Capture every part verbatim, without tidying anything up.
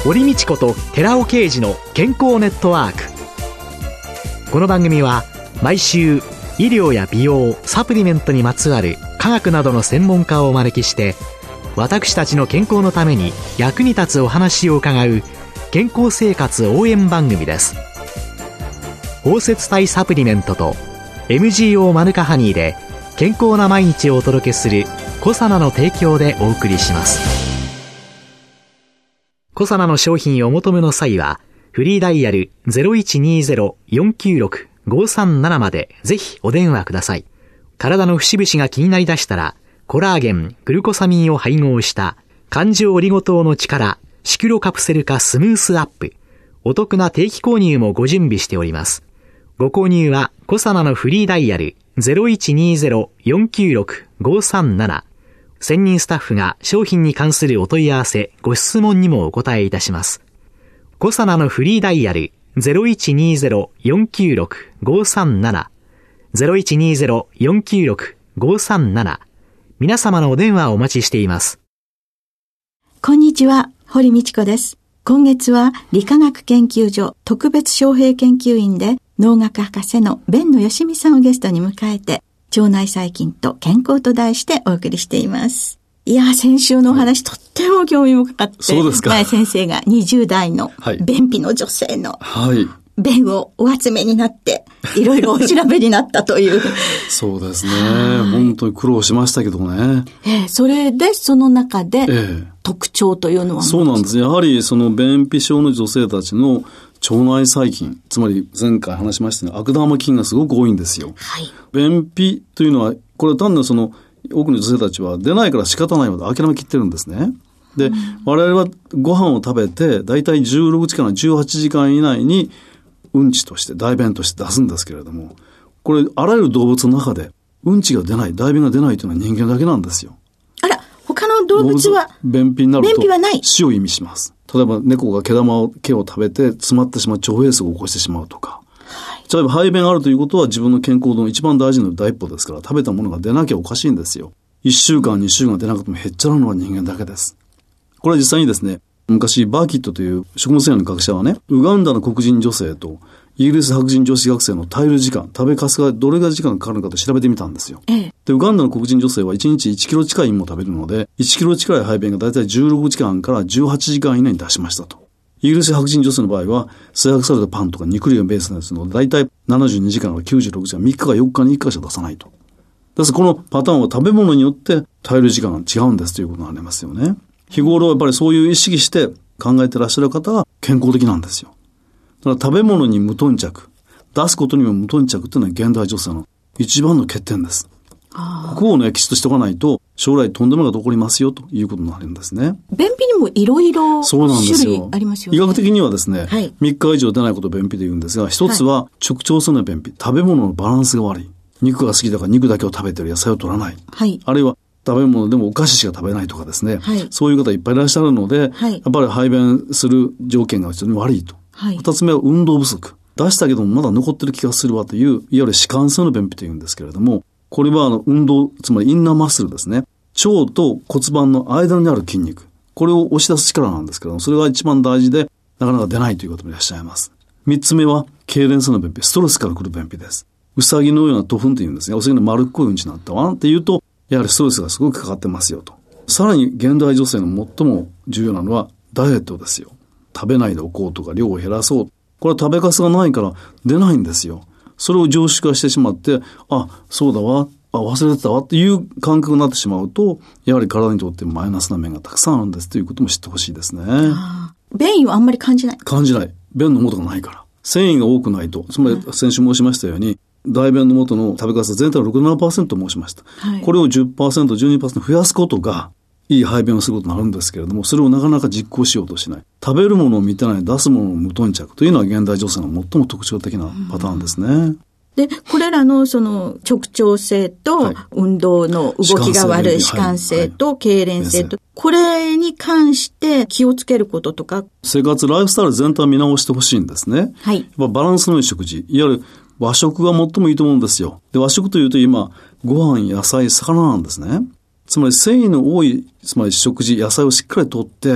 堀道子と寺尾啓二の健康ネットワーク。この番組は毎週医療や美容、サプリメントにまつわる科学などの専門家をお招きして、私たちの健康のために役に立つお話を伺う健康生活応援番組です。包摂体サプリメントと エムジーオー マヌカハニーで健康な毎日をお届けするコサナの提供でお送りします。コサナの商品をお求めの際はフリーダイヤル ゼロいちにゼロ よんきゅうろく ごさんなな までぜひお電話ください。体の節々が気になりだしたら、コラーゲン、グルコサミンを配合した環状オリゴ糖の力シクロカプセル化スムースアップ、お得な定期購入もご準備しております。ご購入はコサナのフリーダイヤル ゼロいちにゼロ よんきゅうろく ごさんなな、専任スタッフが商品に関するお問い合わせ、ご質問にもお答えいたします。コサナのフリーダイヤル ゼロいちにゼロ よんきゅうろく ごさんなな ゼロいちにゼロ よんきゅうろく ごさんなな、皆様のお電話をお待ちしています。 こんにちは、堀道子です。今月は理化学研究所特別招聘研究員で農学博士の辨野義美さんをゲストに迎えて、腸内細菌と健康と題してお送りしています。いや、先週のお話、はい、とっても興味深かった。 そうですか。 前先生がにじゅう代の便秘の女性の便をお集めになって、いろいろお調べになったという。 そうですね。本当に苦労しましたけどね。 えー、それでその中で、えー、特徴というのは、 そうなんです。やはりその便秘症の女性たちの腸内細菌、つまり前回話しましたように悪玉菌がすごく多いんですよ。はい。便秘というのは、これは単なるその多くの女性たちは出ないから仕方ないので諦めきってるんですね。で、うん、我々はご飯を食べてだいたいじゅうろくじかんからじゅうはちじかん以内にうんちとして大便として出すんですけれども、これあらゆる動物の中でうんちが出ない、大便が出ないというのは人間だけなんですよ。 あら、他の動物は便秘になると便秘はない。 死を意味します。例えば猫が毛玉を毛を食べて詰まってしまう腸閉塞を起こしてしまうとか、はい、例えば排便があるということは自分の健康の一番大事な第一歩ですから、食べたものが出なきゃおかしいんですよ。いっしゅうかんにしゅうかん出なくてもへっちゃらのは人間だけです。これは実際にですね、昔バーキットという食物繊維の学者はね、ウガンダの黒人女性とイギリス白人女子学生の耐える時間、食べかすがどれぐらい時間かかるのかと調べてみたんですよ。ええ、で、ウガンダの黒人女性はいちにちいちキロ近い芋を食べるので、いちキロ近い排便がだいたいじゅうろくじかんからじゅうはちじかん以内に出しましたと。イギリス白人女性の場合は、製薬されたパンとか肉類がベースですので、だいたいななじゅうにじかんからきゅうじゅうろくじかん、みっかかよっかにいっかしか出さないと。ですからこのパターンは食べ物によって耐える時間が違うんですということがありますよね。日頃やっぱりそういう意識して考えてらっしゃる方は健康的なんですよ。だから食べ物に無頓着、出すことにも無頓着というのは現代女性の一番の欠点です。ここをね、きちっとしておかないと将来とんでもないことが起こりますよということになるんですね。 便秘にもいろいろ種類ありますよね。 医学的にはですね、はい、みっか以上出ないことを便秘で言うんですが、一つは直腸性の便秘、食べ物のバランスが悪い。肉が好きだから肉だけを食べてる、野菜を取らない。はい、あるいは食べ物でもお菓子しか食べないとかですね。はい、そういう方いっぱいいらっしゃるので、はい、やっぱり排便する条件が非常に悪いと。はい、二つ目は運動不足。出したけどもまだ残ってる気がするわという、いわゆる弛緩性の便秘というんですけれども、これはあの運動、つまりインナーマッスルですね。腸と骨盤の間にある筋肉。これを押し出す力なんですけども、それが一番大事で、なかなか出ないという方もいらっしゃいます。三つ目は、痙攣性の便秘。ストレスから来る便秘です。うさぎのようなトフンというんですね。うさぎの丸っこいうんちになったわっていうと、やはりストレスがすごくかかってますよと。さらに現代女性の最も重要なのはダイエットですよ。食べないでおこうとか量を減らそう。これは食べかすがないから出ないんですよ。それを常識化してしまって、あ、そうだわ、あ、忘れてたわっていう感覚になってしまうと、やはり体にとってマイナスな面がたくさんあるんですということも知ってほしいですね。 あ、便意はあんまり感じない感じない。便の元がないから。繊維が多くないと、つまり先週申しましたように、うん、大便の元の食べかす全体の ろくじゅうななパーセント 申しました。はい、これを じゅっパーセント、じゅうにパーセント 増やすことが、いい排便をすることになるんですけれども、それをなかなか実行しようとしない。食べるものを見てない、出すものを無頓着というのは現代女性の最も特徴的なパターンですね。うん、 で、これらのその直腸性と運動の動きが悪い、弛緩性と痙攣性と、これに関して気をつけることとか。 生活、ライフスタイル全体を見直してほしいんですね。はい。やっぱバランスのいい食事、いわゆる和食が最もいいと思うんですよ。で、和食というと今、ご飯、野菜、魚なんですね。つまり繊維の多い、つまり食事、野菜をしっかりとって、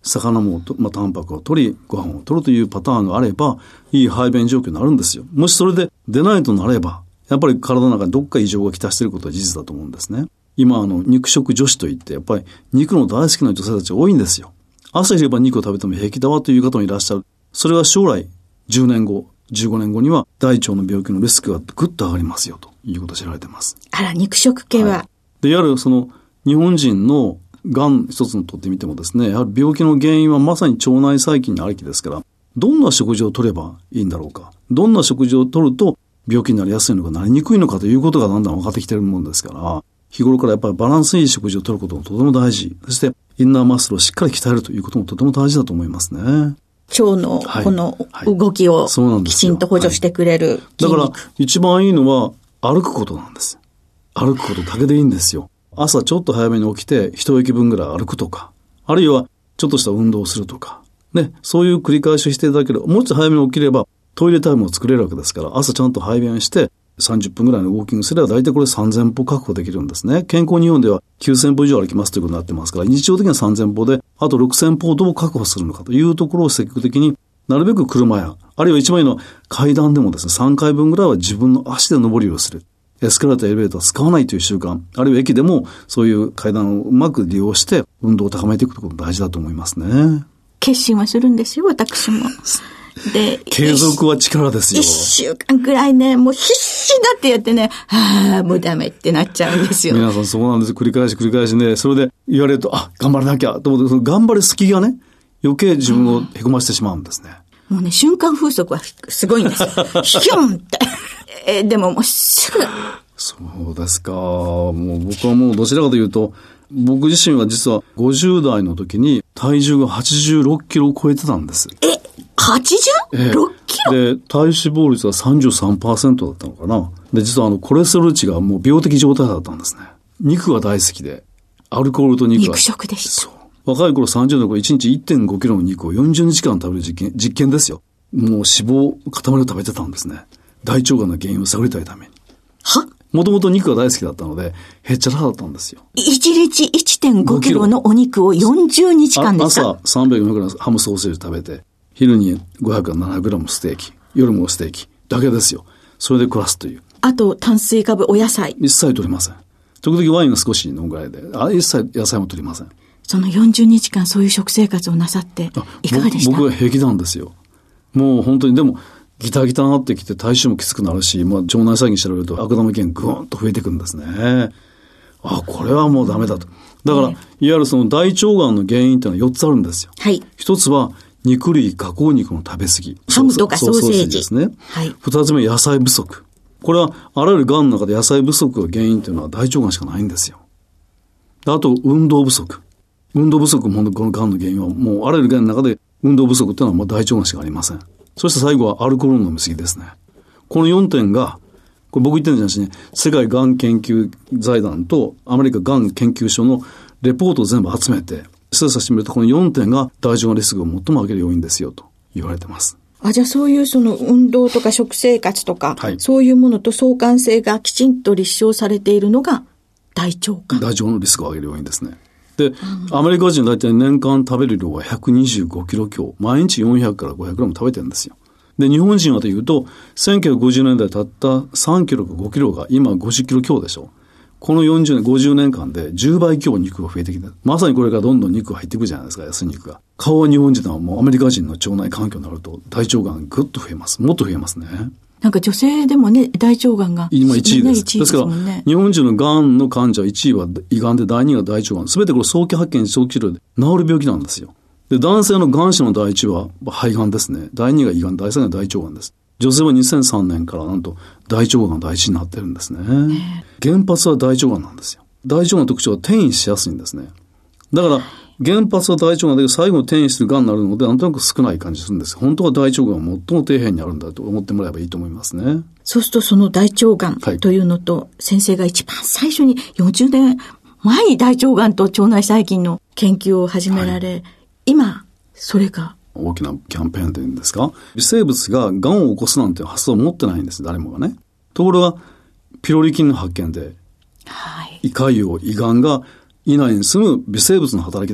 魚も、まあ、タンパクを取り、ご飯を取るというパターンがあれば、いい排便状況になるんですよ。もしそれで出ないとなれば、やっぱり体の中にどっか異常がきたしていることは事実だと思うんですね。今、あの、肉食女子といって、やっぱり肉の大好きな女性たちが多いんですよ。朝いれば肉を食べても平気だわという方もいらっしゃる。それは将来、じゅうねんご、じゅうごねんごには大腸の病気のリスクがぐっと上がりますよということが知られています。 あら、肉食系は、はい、 で、やはりその日本人のがん一つのとってみてもですね、やはり病気の原因はまさに腸内細菌にありきですから、どんな食事を取ればいいんだろうか、どんな食事を取ると病気になりやすいのかなりにくいのかということがだんだん分かってきているものですから、日頃からやっぱりバランスいい食事を取ることもとても大事。そしてインナーマッスルをしっかり鍛えるということもとても大事だと思いますね。 腸のこの動きをきちんと補助してくれる筋肉、 はいはい、だから一番いいのは歩くことなんです。歩くことだけでいいんですよ。朝ちょっと早めに起きて一駅分ぐらい歩くとか、あるいはちょっとした運動をするとかね、そういう繰り返しをしていただければ、もうちょっと早めに起きればトイレタイムを作れるわけですから、朝ちゃんと排便してさんじゅっぷんぐらいのウォーキングすれば大体これさんぜんぽ確保できるんですね。健康日本ではきゅうせんぽ以上歩きますということになってますから、日常的にはさんぜんぽで、あとろくせんぽをどう確保するのかというところを積極的に、なるべく車や、あるいは一番いいのは階段でもですね、さんかいぶんぐらいは自分の足で上りをする。エスカレーター、エレベーターを使わないという習慣、あるいは駅でもそういう階段をうまく利用して運動を高めていくことが大事だと思いますね。 決心はするんですよ、私も。で、 継続は力ですよ。 一週間くらいね、もう必死だってやってね、ああ、もうダメってなっちゃうんですよ。 皆さんそうなんです。繰り返し繰り返しね、それで言われると、あ、頑張らなきゃと思って、その頑張る隙がね、余計自分をへこましてしまうんですね。 もうね、瞬間風速はすごいんですよ。ヒュンって。えー、でももうすぐ。 そうですか。もう僕はもうどちらかというと、僕自身は実はごじゅう代の時に体重がはちじゅうろっキロを超えてたんです。 え、はちじゅうろっキロ、 えー、で、体脂肪率は さんじゅうさんパーセント だったのかな。で、実はあのコレステロール値がもう病的状態だったんですね。肉が大好きで、アルコールと肉が。 肉食でした。 そう。若い頃さんじゅう代の頃いちにち いってんごキロの肉をよんじゅうにちかん食べる実験、実験ですよ。もう脂肪塊を食べてたんですね。大腸がんの原因を探りたいために。 はもともと肉が大好きだったので、へっちゃらだったんですよ。 いちにち いってんごキロのお肉をよんじゅうにちかんですか？ 朝さんびゃくよんじゅうグラムハムソーセージ食べて、昼にごひゃくななじゅうグラムステーキ、夜もステーキだけですよ。それで暮らすという。 あと炭水化物、お野菜。 一切取りません。時々ワインが少し飲むぐらいで、あ一切野菜も取りません。 そのよんじゅうにちかんそういう食生活をなさっていかがでした？ 僕は平気なんですよ。もう本当に、でもギタギタになってきて体臭もきつくなるし、まあ、腸内細菌調べると悪玉菌ぐーんと増えていくんですね。あ、これはもうダメだと。だから、ね、いわゆるその大腸がんの原因というのはよっつあるんですよ。 はい。 一つは肉類加工肉の食べ過ぎ。 ハムとかソーセージですね。 はい。 二つ目野菜不足。これはあらゆるがんの中で野菜不足が原因というのは大腸がんしかないんですよ。あと運動不足。運動不足もこのがんの原因はもうあらゆるがんの中で運動不足というのはもう大腸がんしかありません。そして最後はアルコールの飲み過ぎですね。このよんてんが、これ僕言ってるんじゃないしね、世界がん研究財団とアメリカがん研究所のレポートを全部集めて、精査してみるとこのよんてんが大腸がんリスクを最も上げる要因ですよと言われてます。 あ、じゃあそういうその運動とか食生活とか、 はい、 そういうものと相関性がきちんと立証されているのが大腸がん。 大腸のリスクを上げる要因ですね。で、アメリカ人大体年間食べる量はひゃくにじゅうごキロ強。毎日よんひゃくからごひゃくグラム食べてるんですよ。で、日本人はというと、せんきゅうひゃくごじゅうねんだいたったさんキロかごキロが今ごじゅっキロ強でしょ。このよんじゅうねん、ごじゅうねんかんでじゅうばい強肉が増えてきて、まさにこれからどんどん肉が入っていくじゃないですか、安い肉が。顔は日本人はもうアメリカ人の腸内環境になると大腸がんぐっと増えます。もっと増えますね。 なんか女性でもね、大腸がんが。 今いちいです。 ね、ですから、日本人のがんの患者いちいは胃がんでだいにいが大腸がん。すべてこれ早期発見、早期治療で治る病気なんですよ。で、男性のがん死のだいいちは肺がんですね。だいにいが胃がん、だいさんいが大腸がんです。女性はにせんさんねんからなんと大腸がんだいいちになってるんですね。原発は大腸がんなんですよ。大腸がんの特徴は転移しやすいんですね。だから、原発は大腸がんだけど最後に転移するがんになるのでなんとなく少ない感じするんです。本当は大腸がんは最も底辺にあるんだと思ってもらえばいいと思いますね。 そうするとその大腸がんというのと、はい、先生が一番最初によんじゅうねんまえに大腸がんと腸内細菌の研究を始められ、はい、今それが大きなキャンペーンというんですか、微生物ががんを起こすなんて発想を持ってないんです、誰もがね。ところがピロリ菌の発見で、はい、胃潰瘍、胃がんが胃内に住む微生物の働きだと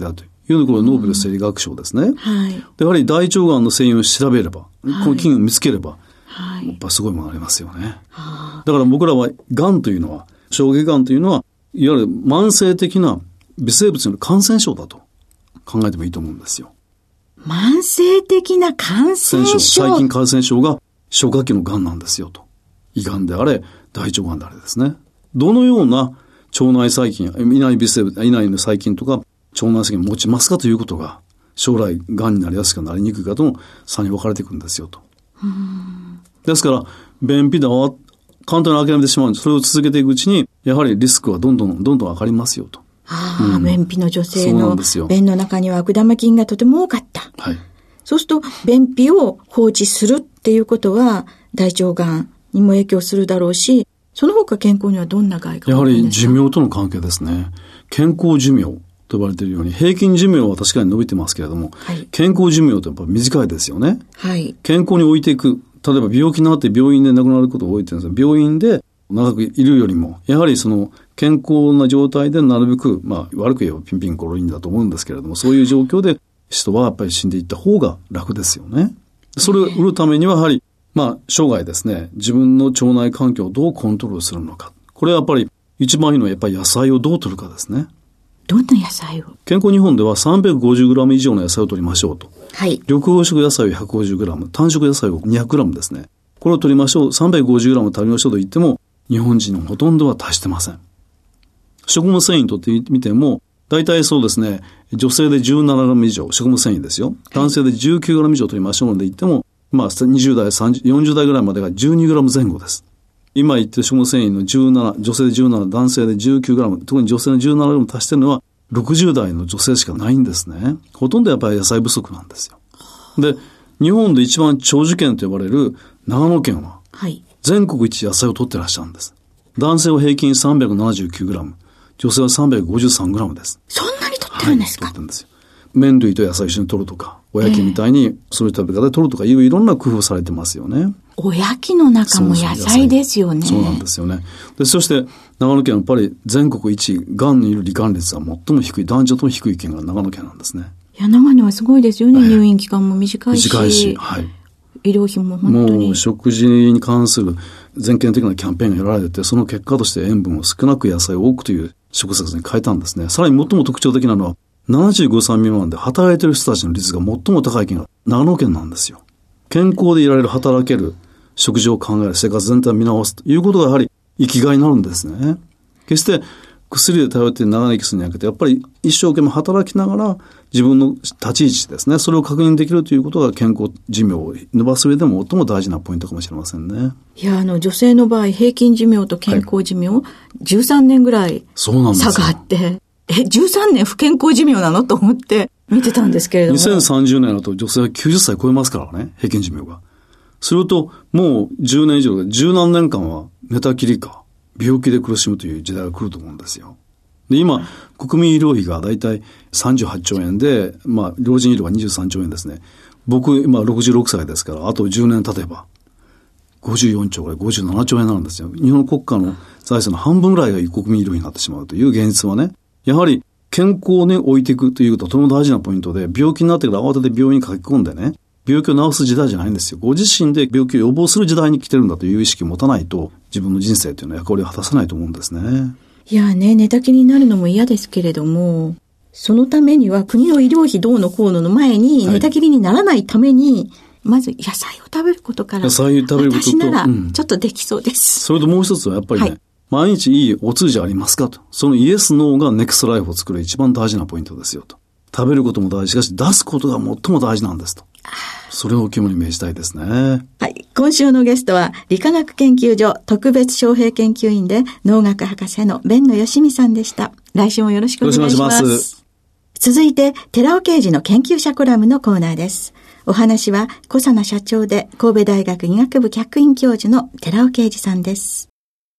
いうのがこれノーベル生理学賞ですね。 はい。 でやはり大腸がんの成因を調べれば、はい、この菌を見つければ、 はい、 やっぱすごいものありますよね。はあ、だから僕らはがんというのは、小児がんというのは、いわゆる慢性的な微生物による感染症だと考えてもいいと思うんですよ。 慢性的な感染症。 細菌感染症が消化器のがんなんですよと。胃がんであれ、大腸がんであれですね。どのような腸内細菌、胃内微生物、胃内の細菌とか腸内細菌を持ちますかということが、将来がんになりやすくなりにくいかとの差に分かれていくんですよと。うーんですから、便秘だわ、簡単に諦めてしまうんです。それを続けていくうちに、やはりリスクはどんどんどんどん上がりますよと。 ああ、うん、便秘の女性の便の中には悪玉菌がとても多かった。 はい。 そうすると、便秘を放置するっていうことは、大腸がんにも影響するだろうし、その他健康にはどんな害があるんですか？ やはり寿命との関係ですね。健康寿命と呼ばれているように、平均寿命は確かに伸びてますけれども、はい、健康寿命ってやっぱ短いですよね。 はい。 健康に置いていく。例えば病気になって病院で亡くなることが多いって言うんですが、病院で長くいるよりも、やはりその健康な状態でなるべく、まあ悪く言えばピンピンコロリンだと思うんですけれども、そういう状況で人はやっぱり死んでいった方が楽ですよね。それを売るためにはやはり、まあ生涯ですね、自分の腸内環境をどうコントロールするのか。これはやっぱり一番いいのはやっぱり野菜をどう摂るかですね。 どんな野菜を？ 健康日本では さんびゃくごじゅうグラム 以上の野菜を摂りましょうと。 はい。 緑黄色野菜を ひゃくごじゅうグラム、単色野菜を にひゃくグラム ですね。これを摂りましょう。さんびゃくごじゅうグラム 食べましょうと言っても、日本人のほとんどは達してません。食物繊維にとってみても、大体そうですね、女性でじゅうななグラム以上、食物繊維ですよ。男性でじゅうきゅうグラム以上摂りましょうので言っても、まあにじゅう代、さんじゅう、よんじゅう代ぐらいまでが じゅうにグラム 前後です。今言ってる食物繊維のじゅうなな、女性でじゅうなな、男性で じゅうきゅうグラム、特に女性のじゅうななグラム足してるのはろくじゅう代の女性しかないんですね。ほとんどやっぱり野菜不足なんですよ。で、日本で一番長寿県と呼ばれる長野県は、全国一野菜を摂ってらっしゃるんです。男性は平均 さんびゃくななじゅうきゅうグラム、女性は さんびゃくごじゅうさんグラム です。 そんなに摂ってるんですか？ はい、摂ってるんですよ。麺類と野菜を一緒に摂るとか、おやきみたいにそういう食べ方で摂るとかいういろんな工夫されてますよね。 おやきの中も野菜ですよね。 そうなんですよね。で、そして長野県はやっぱり全国一、がんにいる罹患率は最も低い、男女とも低い県が長野県なんですね。 いや、長野はすごいですよね。えー、入院期間も短いし。 短いし、はい。 医療費も本当に。 もう食事に関する全県的なキャンペーンがやられてて、その結果として塩分を少なく野菜を多くという食生活に変えたんですね。さらに最も特徴的なのは、ななじゅうごさい未満で働いている人たちの率が最も高い県が長野県なんですよ。健康でいられる、働ける、食事を考える、生活全体を見直すということがやはり生きがいになるんですね。決して薬で頼って長生きするんじゃなくて、やっぱり一生懸命働きながら自分の立ち位置ですね、それを確認できるということが健康寿命を伸ばす上でも最も大事なポイントかもしれませんね。 いや、あの女性の場合平均寿命と健康寿命、はい、じゅうさんねんぐらい差があって、え、じゅうさんねん不健康寿命なのと思って見てたんですけれども。 にせんさんじゅうねんだと女性はきゅうじゅっさい超えますからね、平均寿命が。すると、もうじゅうねん以上で十何年間は寝たきりか、病気で苦しむという時代が来ると思うんですよ。で、今、国民医療費がだいたいさんじゅうはちちょうえんで、まあ、老人医療がにじゅうさんちょうえんですね。僕、今ろくじゅうろくさいですから、あとじゅうねん経てば、ごじゅうよんちょうぐらい、ごじゅうななちょうえんなんですよ。日本国家の財政の半分ぐらいが国民医療費になってしまうという現実はね、やはり健康に置いていくということはとても大事なポイントで、病気になってから慌てて病院に駆け込んでね、病気を治す時代じゃないんですよ。ご自身で病気を予防する時代に来てるんだという意識を持たないと、自分の人生というのは役割を果たさないと思うんですね。 いやね、寝たきりになるのも嫌ですけれども、そのためには国の医療費どうのこうのの前に、寝たきりにならないために、はい、まず野菜を食べることから、 野菜を食べることと、 私ならちょっとできそうです。 うん、それともう一つはやっぱりね、はい、毎日いいお通じありますかと。そのイエスノーがネクストライフを作る一番大事なポイントですよと。食べることも大事、しかし出すことが最も大事なんですと。それを肝に銘じたいですね。 はい。今週のゲストは、理化学研究所特別招聘研究員で農学博士の辨野義美さんでした。来週もよろしくお願いします。よろしくお願いします。続いて、寺尾啓二の研究者コラムのコーナーです。お話は、小佐奈社長で神戸大学医学部客員教授の寺尾啓二さんです。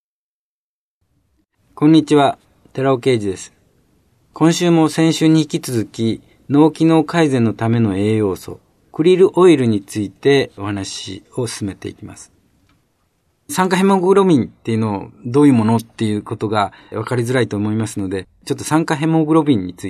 こんにちは、寺尾啓二です。今週も先週に引き続き、脳機能改善のための栄養素、クリルオイルについてお話を進めていきます。酸化ヘモグロビンっていうのをどういうものっていうことが分かりづらいと思いますので、ちょっと酸化ヘモグロビンについて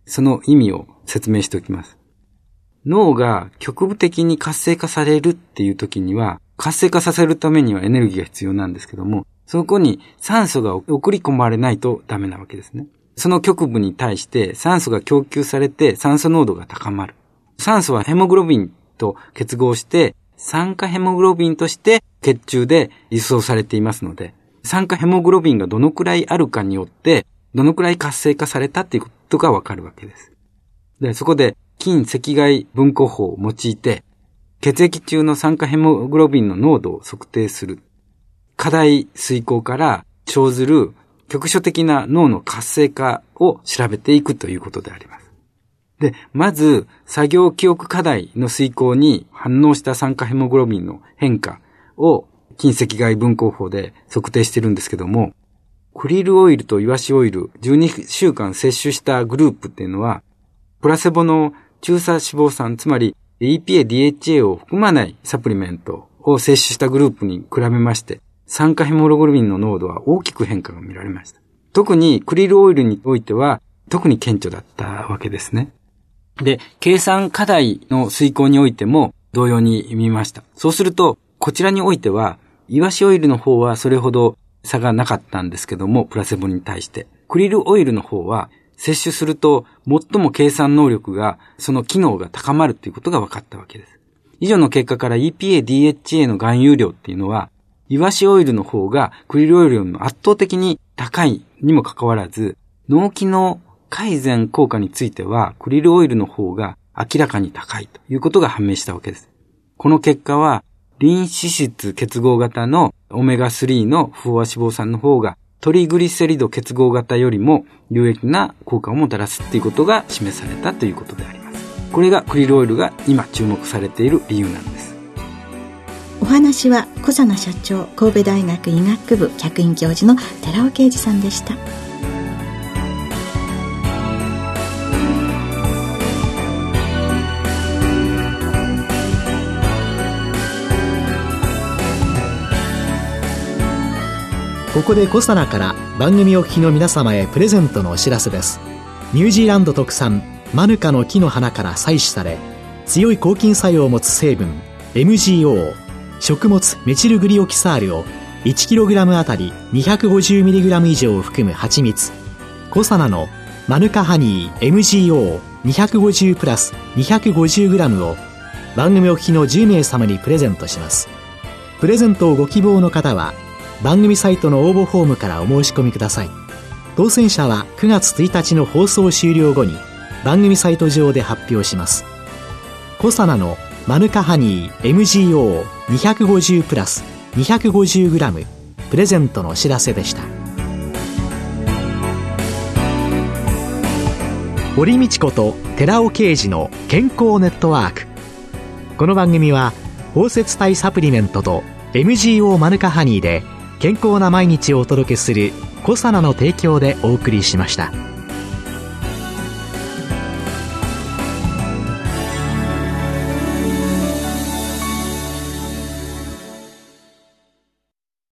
その意味を説明しておきます。脳が局部的に活性化されるっていう時には、活性化させるためにはエネルギーが必要なんですけども、そこに酸素が送り込まれないとダメなわけですね。その局部に対して酸素が供給されて酸素濃度が高まる。酸素はヘモグロビンと結合して酸化ヘモグロビンとして血中で輸送されていますので、酸化ヘモグロビンがどのくらいあるかによってどのくらい活性化されたっていうことがわかるわけです。で、そこで近赤外分光法を用いて血液中の酸化ヘモグロビンの濃度を測定する。過大遂行から生ずる局所的な脳の活性化を調べていくということであります。で、まず、作業記憶過大の遂行に反応した酸化ヘモグロビンの変化を近赤外分光法で測定してるんですけども、クリルオイルとイワシオイルじゅうにしゅうかん摂取したグループっていうのは、プラセボの中鎖脂肪酸、つまり イーピーエーディーエイチエー を含まないサプリメントを摂取したグループに比べまして、酸化ヘモグロビンの濃度は大きく変化が見られました。特にクリルオイルにおいては特に顕著だったわけですね。で、計算課題の遂行においても同様に見ました。そうすると、こちらにおいては、イワシオイルの方はそれほど差がなかったんですけども、プラセボに対して。クリルオイルの方は、摂取すると最も計算能力が、その機能が高まるということが分かったわけです。以上の結果から イーピーエーディーエイチエー の含有量っていうのは、イワシオイルの方がクリルオイルよりも圧倒的に高いにもかかわらず、脳機能改善効果についてはクリルオイルの方が明らかに高いということが判明したわけです。この結果は、リン脂質結合型のオメガスリーの不飽和脂肪酸の方がトリグリセリド結合型よりも有益な効果をもたらすということが示されたということであります。これがクリルオイルが今注目されている理由なんです。 お話は小佐奈社長、神戸大学医学部客員教授の寺尾啓二さんでした。 ここでコサナから番組お聞きの皆様へプレゼントのお知らせです。ニュージーランド特産マヌカの木の花から採取され、強い抗菌作用を持つ成分 エムジーオー 食物メチルグリオキサールを いちキログラム あたり にひゃくごじゅうミリグラム 以上を含む蜂蜜、コサナのマヌカハニー エムジーオーにひゃくごじゅう プラス にひゃくごじゅうグラム を番組お聞きのじゅうめい様にプレゼントします。プレゼントをご希望の方は番組サイトの応募フォームからお申し込みください。当選者はくがつついたちの放送終了後に番組サイト上で発表します。コサナのマヌカハニー エムジーオーにひゃくごじゅう プラス にひゃくごじゅうグラム プレゼントのお知らせでした。堀道子と寺尾啓二の健康ネットワーク。この番組は包摂体サプリメントと エムジーオー マヌカハニーで健康な毎日をお届けするコサナの提供でお送りしました。